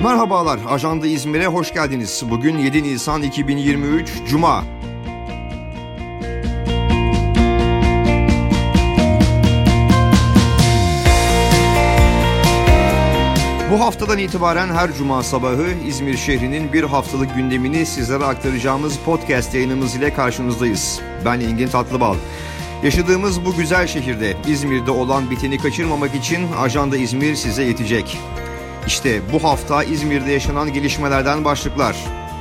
Merhabalar, Ajanda İzmir'e hoş geldiniz. Bugün 7 Nisan 2023 Cuma. Bu haftadan itibaren her cuma sabahı İzmir şehrinin bir haftalık gündemini sizlere aktaracağımız podcast yayınımız ile karşınızdayız. Ben Engin Tatlıbal. Yaşadığımız bu güzel şehirde İzmir'de olan biteni kaçırmamak için Ajanda İzmir size yetecek. İşte bu hafta İzmir'de yaşanan gelişmelerden başlıklar.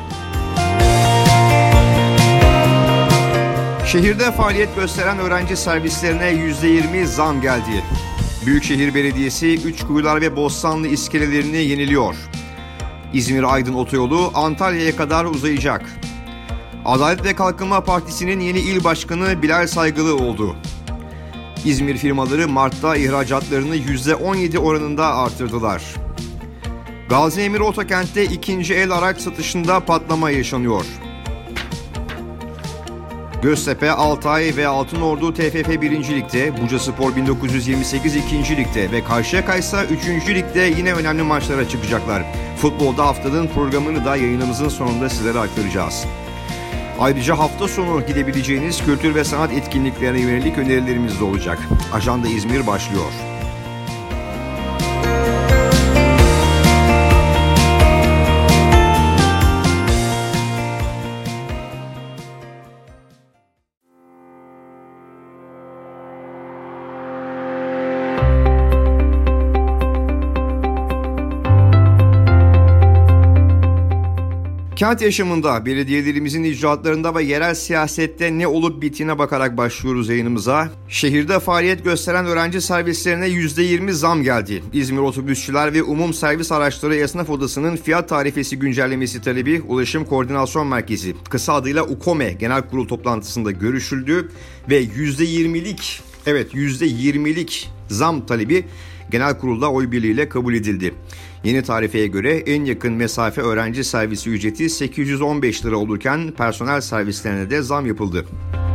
Şehirde faaliyet gösteren öğrenci servislerine %20 zam geldi. Büyükşehir Belediyesi Üçkuyular ve Bostanlı iskelelerini yeniliyor. İzmir-Aydın otoyolu Antalya'ya kadar uzayacak. Adalet ve Kalkınma Partisi'nin yeni il başkanı Bilal Saygılı oldu. İzmir firmaları Mart'ta ihracatlarını %17 oranında artırdılar. Gaziemir Otokent'te ikinci el araç satışında patlama yaşanıyor. Göztepe, Altay ve Altınordu TFF 1. Lig'de, Bucaspor 1928 2. Lig'de ve Karşıyaka ise 3. Lig'de yine önemli maçlara çıkacaklar. Futbolda haftanın programını da yayınımızın sonunda sizlere aktaracağız. Ayrıca hafta sonu gidebileceğiniz kültür ve sanat etkinliklerine yönelik önerilerimiz de olacak. Ajanda İzmir başlıyor. Kent yaşamında, belediyelerimizin icraatlarında ve yerel siyasette ne olup bittiğine bakarak başlıyoruz yayınımıza. Şehirde faaliyet gösteren öğrenci servislerine %20 zam geldi. İzmir Otobüsçüler ve Umum Servis Araçları Esnaf Odası'nın fiyat tarifesi güncellemesi talebi Ulaşım Koordinasyon Merkezi, kısa adıyla UKOME Genel Kurul toplantısında görüşüldü ve %20'lik zam talebi Genel Kurul'da oy birliğiyle kabul edildi. Yeni tarifeye göre en yakın mesafe öğrenci servisi ücreti 815 lira olurken personel servislerine de zam yapıldı.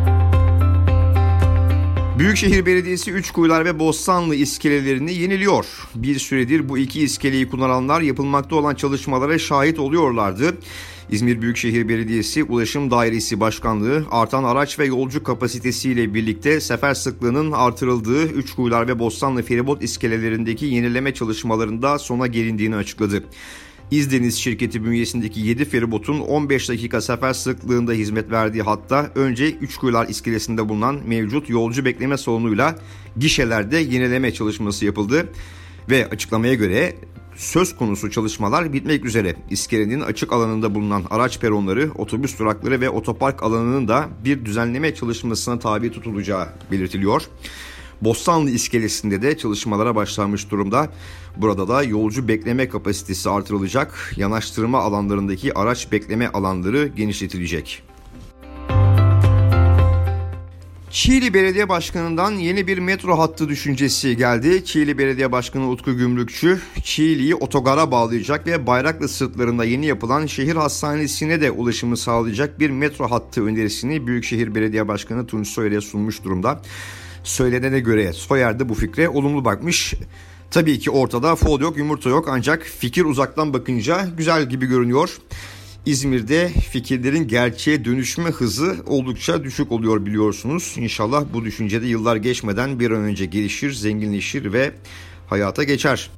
Büyükşehir Belediyesi Üçkuyular ve Bostanlı iskelelerini yeniliyor. Bir süredir bu iki iskeleyi kullananlar yapılmakta olan çalışmalara şahit oluyorlardı. İzmir Büyükşehir Belediyesi Ulaşım Dairesi Başkanlığı artan araç ve yolcu kapasitesiyle birlikte sefer sıklığının artırıldığı Üçkuyular ve Bostanlı feribot iskelelerindeki yenileme çalışmalarında sona gelindiğini açıkladı. İzdeniz şirketi bünyesindeki 7 feribotun 15 dakika sefer sıklığında hizmet verdiği hatta önce Üçkuyular iskelesinde bulunan mevcut yolcu bekleme salonuyla gişelerde yenileme çalışması yapıldı ve açıklamaya göre söz konusu çalışmalar bitmek üzere. İskelenin açık alanında bulunan araç peronları, otobüs durakları ve otopark alanının da bir düzenleme çalışmasına tabi tutulacağı belirtiliyor. Bostanlı iskelesinde de çalışmalara başlanmış durumda. Burada da yolcu bekleme kapasitesi artırılacak, yanaştırma alanlarındaki araç bekleme alanları genişletilecek. Çiğli Belediye Başkanı'ndan yeni bir metro hattı düşüncesi geldi. Çiğli Belediye Başkanı Utku Gümrükçü, Çiğli'yi otogara bağlayacak ve Bayraklı sırtlarında yeni yapılan şehir hastanesine de ulaşımı sağlayacak bir metro hattı önerisini Büyükşehir Belediye Başkanı Tunç Soyer'e sunmuş durumda. Söylenene göre Soyer de bu fikre olumlu bakmış. Tabii ki ortada fol yok, yumurta yok, ancak fikir uzaktan bakınca güzel gibi görünüyor. İzmir'de fikirlerin gerçeğe dönüşme hızı oldukça düşük oluyor biliyorsunuz. İnşallah bu düşüncede yıllar geçmeden bir an önce gelişir, zenginleşir ve hayata geçer.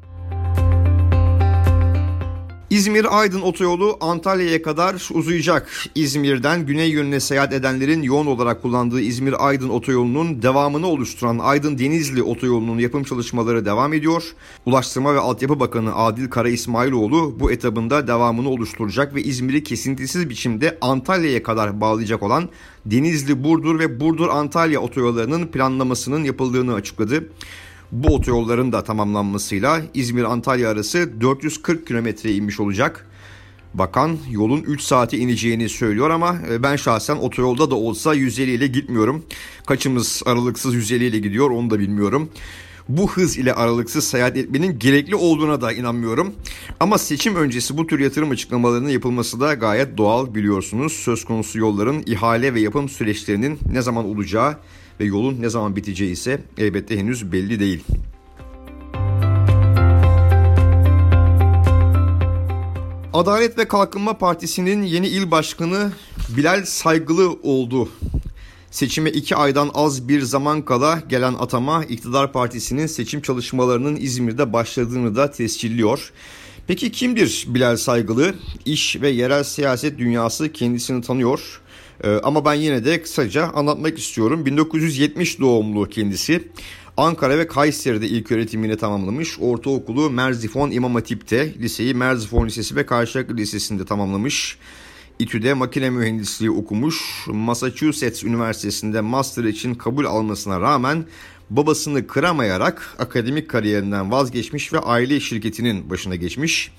İzmir-Aydın otoyolu Antalya'ya kadar uzayacak. İzmir'den güney yönüne seyahat edenlerin yoğun olarak kullandığı İzmir-Aydın otoyolunun devamını oluşturan Aydın-Denizli otoyolunun yapım çalışmaları devam ediyor. Ulaştırma ve Altyapı Bakanı Adil Kara İsmailoğlu bu etabında devamını oluşturacak ve İzmir'i kesintisiz biçimde Antalya'ya kadar bağlayacak olan Denizli-Burdur ve Burdur-Antalya otoyollarının planlamasının yapıldığını açıkladı. Bu otoyolların da tamamlanmasıyla İzmir-Antalya arası 440 kilometreye inmiş olacak. Bakan yolun 3 saate ineceğini söylüyor ama ben şahsen otoyolda da olsa 150 ile gitmiyorum. Kaçımız aralıksız 150 ile gidiyor onu da bilmiyorum. Bu hız ile aralıksız seyahat etmenin gerekli olduğuna da inanmıyorum. Ama seçim öncesi bu tür yatırım açıklamalarının yapılması da gayet doğal biliyorsunuz. Söz konusu yolların ihale ve yapım süreçlerinin ne zaman olacağı ve yolun ne zaman biteceği ise elbette henüz belli değil. Adalet ve Kalkınma Partisi'nin yeni il başkanı Bilal Saygılı oldu. Seçime 2 aydan az bir zaman kala gelen atama iktidar partisinin seçim çalışmalarının İzmir'de başladığını da tescilliyor. Peki kimdir Bilal Saygılı? İş ve yerel siyaset dünyası kendisini tanıyor. Ama ben yine de kısaca anlatmak istiyorum. 1970 doğumlu kendisi. Ankara ve Kayseri'de ilköğretimini tamamlamış. Ortaokulu Merzifon İmam Hatip'te, liseyi Merzifon Lisesi ve Karşıyaka Lisesi'nde tamamlamış. İTÜ'de makine mühendisliği okumuş. Massachusetts Üniversitesi'nde master için kabul almasına rağmen babasını kıramayarak akademik kariyerinden vazgeçmiş ve aile şirketinin başına geçmiş.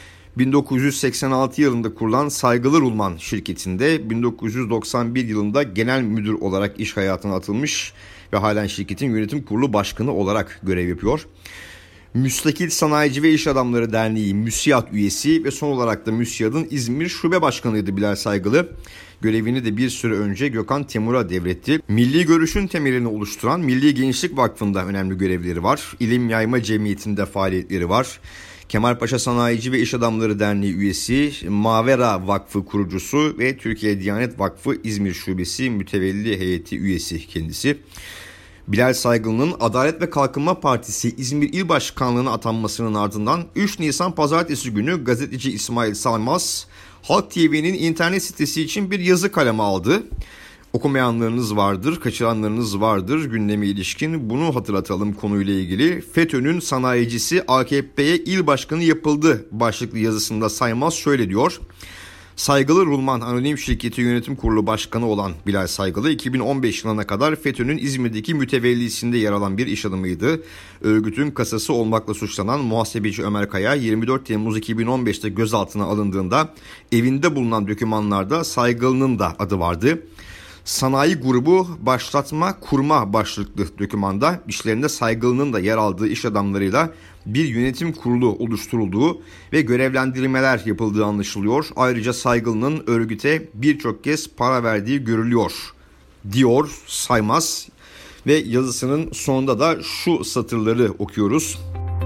1986 yılında kurulan Saygılı Rulman şirketinde 1991 yılında genel müdür olarak iş hayatına atılmış ve halen şirketin yönetim kurulu başkanı olarak görev yapıyor. Müstakil Sanayici ve İş Adamları Derneği MÜSİAD üyesi ve son olarak da MÜSİAD'ın İzmir Şube Başkanıydı Bilal Saygılı. Görevini de bir süre önce Gökhan Temur'a devretti. Milli Görüş'ün temelini oluşturan Milli Gençlik Vakfı'nda önemli görevleri var. İlim Yayma Cemiyeti'nde faaliyetleri var. Kemalpaşa Sanayici ve İş Adamları Derneği üyesi, Mavera Vakfı kurucusu ve Türkiye Diyanet Vakfı İzmir Şubesi mütevelli heyeti üyesi kendisi. Bilal Saygılı'nın Adalet ve Kalkınma Partisi İzmir İl Başkanlığı'na atanmasının ardından 3 Nisan Pazartesi günü gazeteci İsmail Saymaz, Halk TV'nin internet sitesi için bir yazı kaleme aldı. Okumayanlarınız vardır, kaçıranlarınız vardır gündeme ilişkin. Bunu hatırlatalım konuyla ilgili. FETÖ'nün sanayicisi AKP'ye il başkanı yapıldı başlıklı yazısında Saymaz şöyle diyor. Saygılı Rulman Anonim Şirketi Yönetim Kurulu Başkanı olan Bilal Saygılı 2015 yılına kadar FETÖ'nün İzmir'deki mütevellisinde yer alan bir iş adamıydı. Örgütün kasası olmakla suçlanan muhasebeci Ömer Kaya 24 Temmuz 2015'te gözaltına alındığında evinde bulunan dokümanlarda Saygılı'nın da adı vardı. Sanayi grubu başlatma kurma başlıklı dokümanda işlerinde Saygılı'nın da yer aldığı iş adamlarıyla bir yönetim kurulu oluşturulduğu ve görevlendirmeler yapıldığı anlaşılıyor. Ayrıca Saygılı'nın örgüte birçok kez para verdiği görülüyor diyor Saymaz ve yazısının sonunda da şu satırları okuyoruz.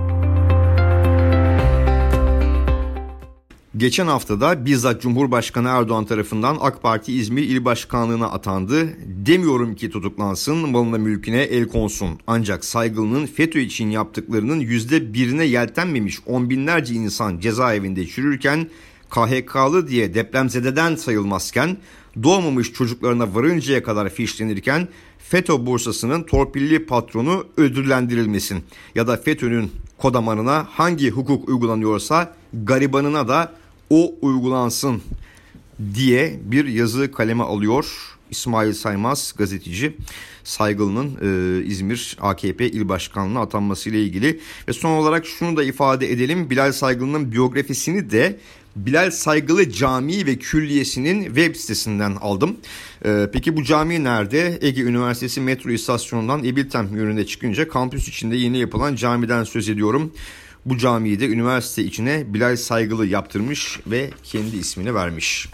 Geçen haftada bizzat Cumhurbaşkanı Erdoğan tarafından AK Parti İzmir İl Başkanlığı'na atandı. Demiyorum ki tutuklansın, malına mülküne el konsun. Ancak Saygılı'nın FETÖ için yaptıklarının %1'ine yeltenmemiş on binlerce insan cezaevinde çürürken, KHK'lı diye depremzededen sayılmazken, doğmamış çocuklarına varıncaya kadar fişlenirken, FETÖ borsasının torpilli patronu ödüllendirilmesin. Ya da FETÖ'nün kodamanına hangi hukuk uygulanıyorsa garibanına da o uygulansın diye bir yazı kaleme alıyor İsmail Saymaz gazeteci. Saygılı'nın İzmir AKP İl Başkanlığı'na atanmasıyla ilgili ve son olarak şunu da ifade edelim. Bilal Saygılı'nın biyografisini de Bilal Saygılı Camii ve Külliyesi'nin web sitesinden aldım. Peki bu cami nerede? Ege Üniversitesi metro istasyonundan Ebiltem yönünde çıkınca kampüs içinde yeni yapılan camiden söz ediyorum. Bu camiyi de üniversite içine Bilal Saygılı yaptırmış ve kendi ismini vermiş.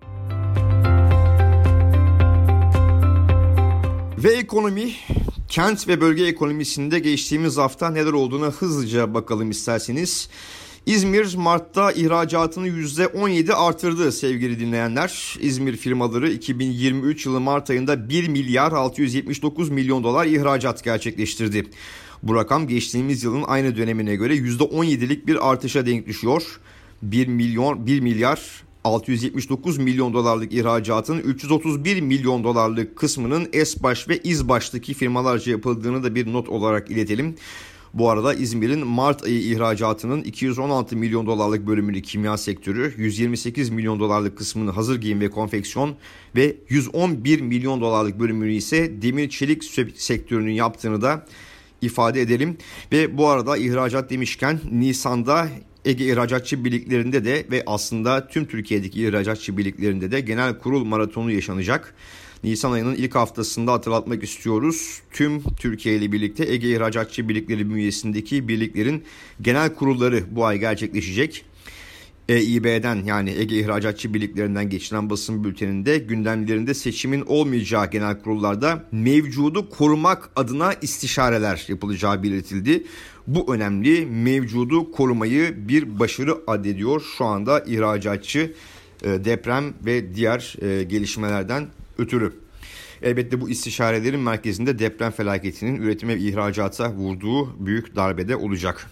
Ve ekonomi, kent ve bölge ekonomisinde geçtiğimiz hafta neler olduğuna hızlıca bakalım isterseniz. İzmir Mart'ta ihracatını %17 artırdı sevgili dinleyenler. İzmir firmaları 2023 yılı Mart ayında 1 milyar 679 milyon dolar ihracat gerçekleştirdi. Bu rakam geçtiğimiz yılın aynı dönemine göre %17'lik bir artışa denk düşüyor. 1 milyar 679 milyon dolarlık ihracatın 331 milyon dolarlık kısmının Esbaş ve İzbaş'taki firmalarca yapıldığını da bir not olarak iletelim. Bu arada İzmir'in Mart ayı ihracatının 216 milyon dolarlık bölümünü kimya sektörü, 128 milyon dolarlık kısmını hazır giyim ve konfeksiyon ve 111 milyon dolarlık bölümünü ise demir çelik sektörünün yaptığını da ifade edelim. Ve bu arada ihracat demişken Nisan'da Ege İhracatçı Birliklerinde de ve aslında tüm Türkiye'deki ihracatçı birliklerinde de genel kurul maratonu yaşanacak. Nisan ayının ilk haftasında hatırlatmak istiyoruz. Tüm Türkiye ile birlikte Ege İhracatçı Birlikleri bünyesindeki birliklerin genel kurulları bu ay gerçekleşecek. EİB'den yani Ege İhracatçı Birliklerinden geçilen basın bülteninde gündemlerinde seçimin olmayacağı genel kurullarda mevcudu korumak adına istişareler yapılacağı belirtildi. Bu önemli, mevcudu korumayı bir başarı addediyor şu anda ihracatçı deprem ve diğer gelişmelerden ötürü. Elbette bu istişarelerin merkezinde deprem felaketinin üretime ve ihracata vurduğu büyük darbede olacak.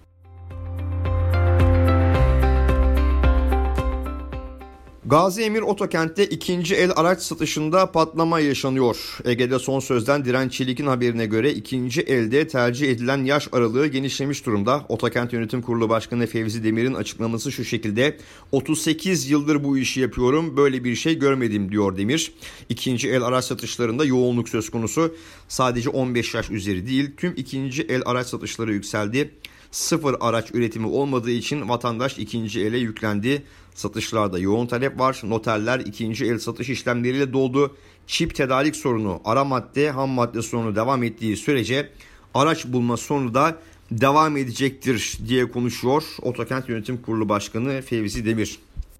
Gazi Emir Otokent'te ikinci el araç satışında patlama yaşanıyor. Ege'de Son Söz'den Diren Çelik'in haberine göre ikinci elde tercih edilen yaş aralığı genişlemiş durumda. Otokent Yönetim Kurulu Başkanı Fevzi Demir'in açıklaması şu şekilde: 38 yıldır bu işi yapıyorum, böyle bir şey görmedim diyor Demir. İkinci el araç satışlarında yoğunluk söz konusu. Sadece 15 yaş üzeri değil, tüm ikinci el araç satışları yükseldi. Sıfır araç üretimi olmadığı için vatandaş ikinci ele yüklendi. Satışlarda yoğun talep var. Noterler ikinci el satış işlemleriyle doldu. Çip tedarik sorunu, ara madde, ham madde sorunu devam ettiği sürece araç bulma sorunu da devam edecektir diye konuşuyor Otokent Yönetim Kurulu Başkanı Fevzi Demir.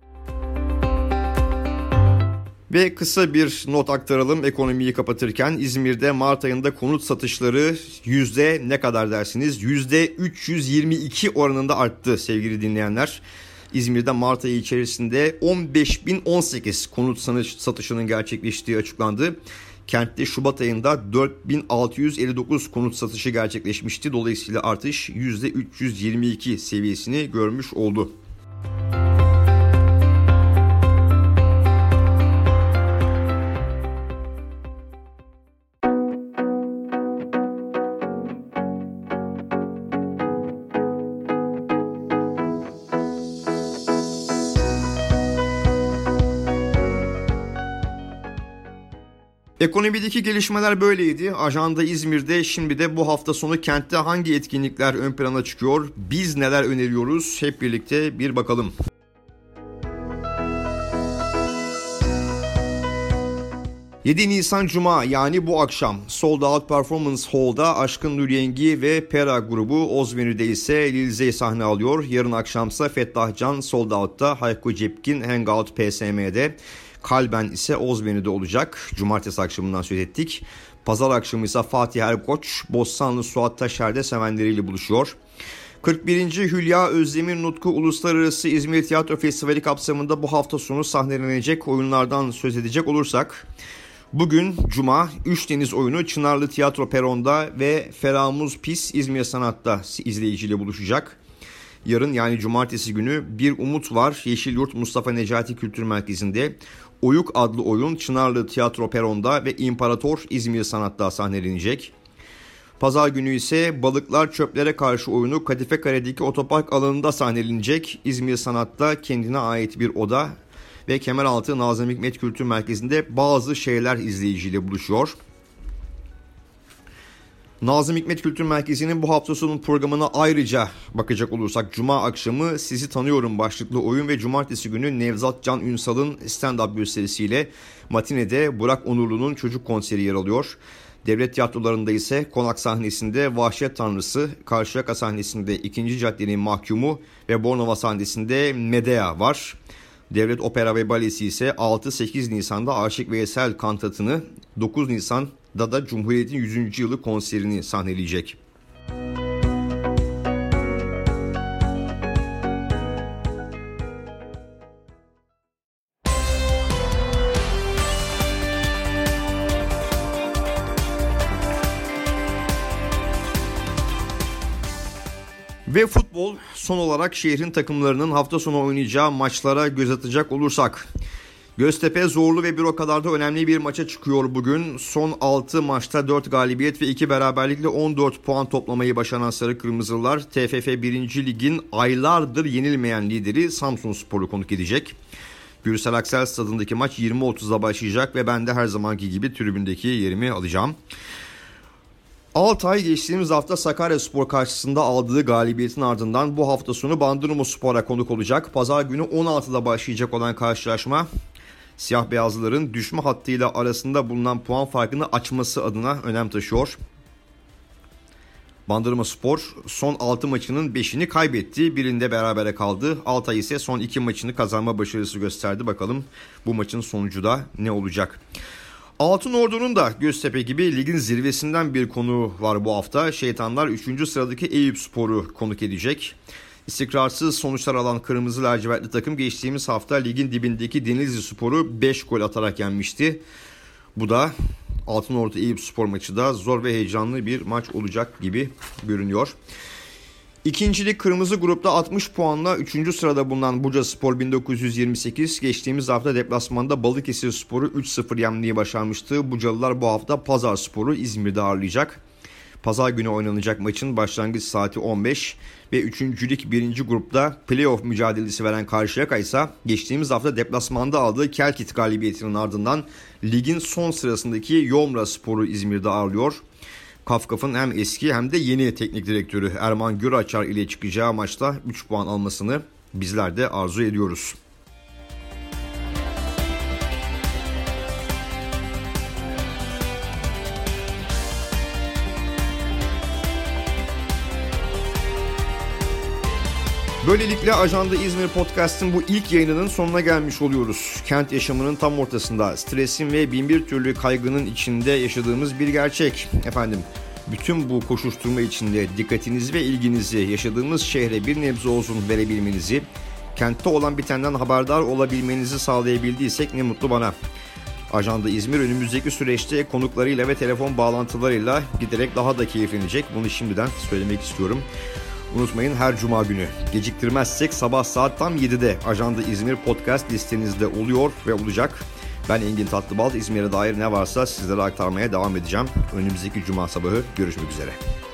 Ve kısa bir not aktaralım ekonomiyi kapatırken. İzmir'de Mart ayında konut satışları yüzde ne kadar dersiniz? %322 oranında arttı sevgili dinleyenler. İzmir'de Mart ayı içerisinde 15.018 konut satışının gerçekleştiği açıklandı. Kentte Şubat ayında 4.659 konut satışı gerçekleşmişti. Dolayısıyla artış %322 seviyesini görmüş oldu. Ekonomideki gelişmeler böyleydi. Ajanda İzmir'de, şimdi de bu hafta sonu kentte hangi etkinlikler ön plana çıkıyor? Biz neler öneriyoruz? Hep birlikte bir bakalım. ...7 Nisan Cuma yani bu akşam Sold Out Performance Hall'da Aşkın Nur Yengi ve Pera grubu, Ozvenü'de ise Lilzey sahne alıyor. Yarın akşamsa Fettah Can Sold Out'ta, Hayko Cepkin Hangout PSM'de, Kalben ise Ozvenü'de olacak. Cumartesi akşamından söz ettik. Pazar akşamı ise Fatih Erkoç Bostanlı Suat Taşer'de sevenleriyle buluşuyor. 41. Hülya Özdemir Nutku Uluslararası İzmir Tiyatro Festivali kapsamında bu hafta sonu sahnelenecek oyunlardan söz edecek olursak, bugün Cuma 3 Deniz oyunu Çınarlı Tiyatro Peron'da ve Feramuz Pis İzmir Sanat'ta izleyiciyle buluşacak. Yarın yani cumartesi günü Bir Umut Var Yeşilyurt Mustafa Necati Kültür Merkezi'nde Oyuk adlı oyun Çınarlı Tiyatro Peron'da ve İmparator İzmir Sanat'ta sahnelenecek. Pazar günü ise Balıklar Çöplere Karşı oyunu Kadife Kale'deki otopark alanında sahnelenecek. İzmir Sanat'ta kendine ait bir oda ve Kemeraltı Nazım Hikmet Kültür Merkezi'nde Bazı Şeyler izleyiciyle buluşuyor. Nazım Hikmet Kültür Merkezi'nin bu hafta sonu programına ayrıca bakacak olursak, Cuma akşamı Sizi Tanıyorum başlıklı oyun ve cumartesi günü Nevzat Can Ünsal'ın stand-up gösterisiyle matinede Burak Onurlu'nun çocuk konseri yer alıyor. Devlet tiyatrolarında ise Konak sahnesinde Vahşet Tanrısı, Karşıyaka sahnesinde 2. Caddenin Mahkumu ve Bornova sahnesinde Medea var. Devlet Opera ve Balesi ise 6-8 Nisan'da Aşık Veysel kantatını, 9 Nisan'da da Cumhuriyet'in 100. yılı konserini sahneleyecek. Ve futbol, son olarak şehrin takımlarının hafta sonu oynayacağı maçlara göz atacak olursak, Göztepe zorlu ve bir o kadar da önemli bir maça çıkıyor bugün. Son 6 maçta 4 galibiyet ve 2 beraberlikle 14 puan toplamayı başaran Sarı Kırmızılar TFF 1. Lig'in aylardır yenilmeyen lideri Samsunspor'u konuk edecek. Gürsel Aksel stadındaki maç 20.30'da başlayacak ve ben de her zamanki gibi tribündeki yerimi alacağım. Altay geçtiğimiz hafta Sakaryaspor karşısında aldığı galibiyetin ardından bu hafta sonu Bandırmaspor'a konuk olacak. Pazar günü 16'da başlayacak olan karşılaşma, siyah beyazlıların düşme hattıyla arasında bulunan puan farkını açması adına önem taşıyor. Bandırmaspor son 6 maçının 5'ini kaybetti. Birinde berabere kaldı. Altay ise son 2 maçını kazanma başarısı gösterdi. Bakalım bu maçın sonucu da ne olacak? Altınordu'nun da Göztepe gibi ligin zirvesinden bir konuğu var bu hafta. Şeytanlar 3. sıradaki Eyüpspor'u konuk edecek. İstikrarsız sonuçlar alan Kırmızı Lacivertli takım geçtiğimiz hafta ligin dibindeki Denizlispor'u 5 gol atarak yenmişti. Bu da Altınordu Eyüpspor maçı da zor ve heyecanlı bir maç olacak gibi görünüyor. İkincilik kırmızı grupta 60 puanla 3. sırada bulunan Bucaspor 1928 geçtiğimiz hafta deplasmanda Balıkesirspor'u 3-0 yenmeyi başarmıştı. Bucalılar bu hafta Pazarspor'u İzmir'de ağırlayacak. Pazar günü oynanacak maçın başlangıç saati 15 ve 3. lig 1. grupta playoff mücadelesi veren Karşıyaka ise geçtiğimiz hafta deplasmanda aldığı Kelkit galibiyetinin ardından ligin son sırasındaki Yomraspor'u İzmir'de ağırlıyor. Kafkaf'ın hem eski hem de yeni teknik direktörü Erman Güraçar ile çıkacağı maçta 3 puan almasını bizler de arzu ediyoruz. Böylelikle Ajanda İzmir Podcast'ın bu ilk yayınının sonuna gelmiş oluyoruz. Kent yaşamının tam ortasında, stresin ve binbir türlü kaygının içinde yaşadığımız bir gerçek. Efendim, bütün bu koşuşturma içinde dikkatinizi ve ilginizi yaşadığımız şehre bir nebze olsun verebilmenizi, kentte olan bitenden haberdar olabilmenizi sağlayabildiysek ne mutlu bana. Ajanda İzmir önümüzdeki süreçte konuklarıyla ve telefon bağlantılarıyla giderek daha da keyiflenecek. Bunu şimdiden söylemek istiyorum. Unutmayın, her cuma günü geciktirmezsek sabah saat tam 7'de Ajanda İzmir podcast listenizde oluyor ve olacak. Ben Engin Tatlıbal, İzmir'e dair ne varsa sizlere aktarmaya devam edeceğim. Önümüzdeki cuma sabahı görüşmek üzere.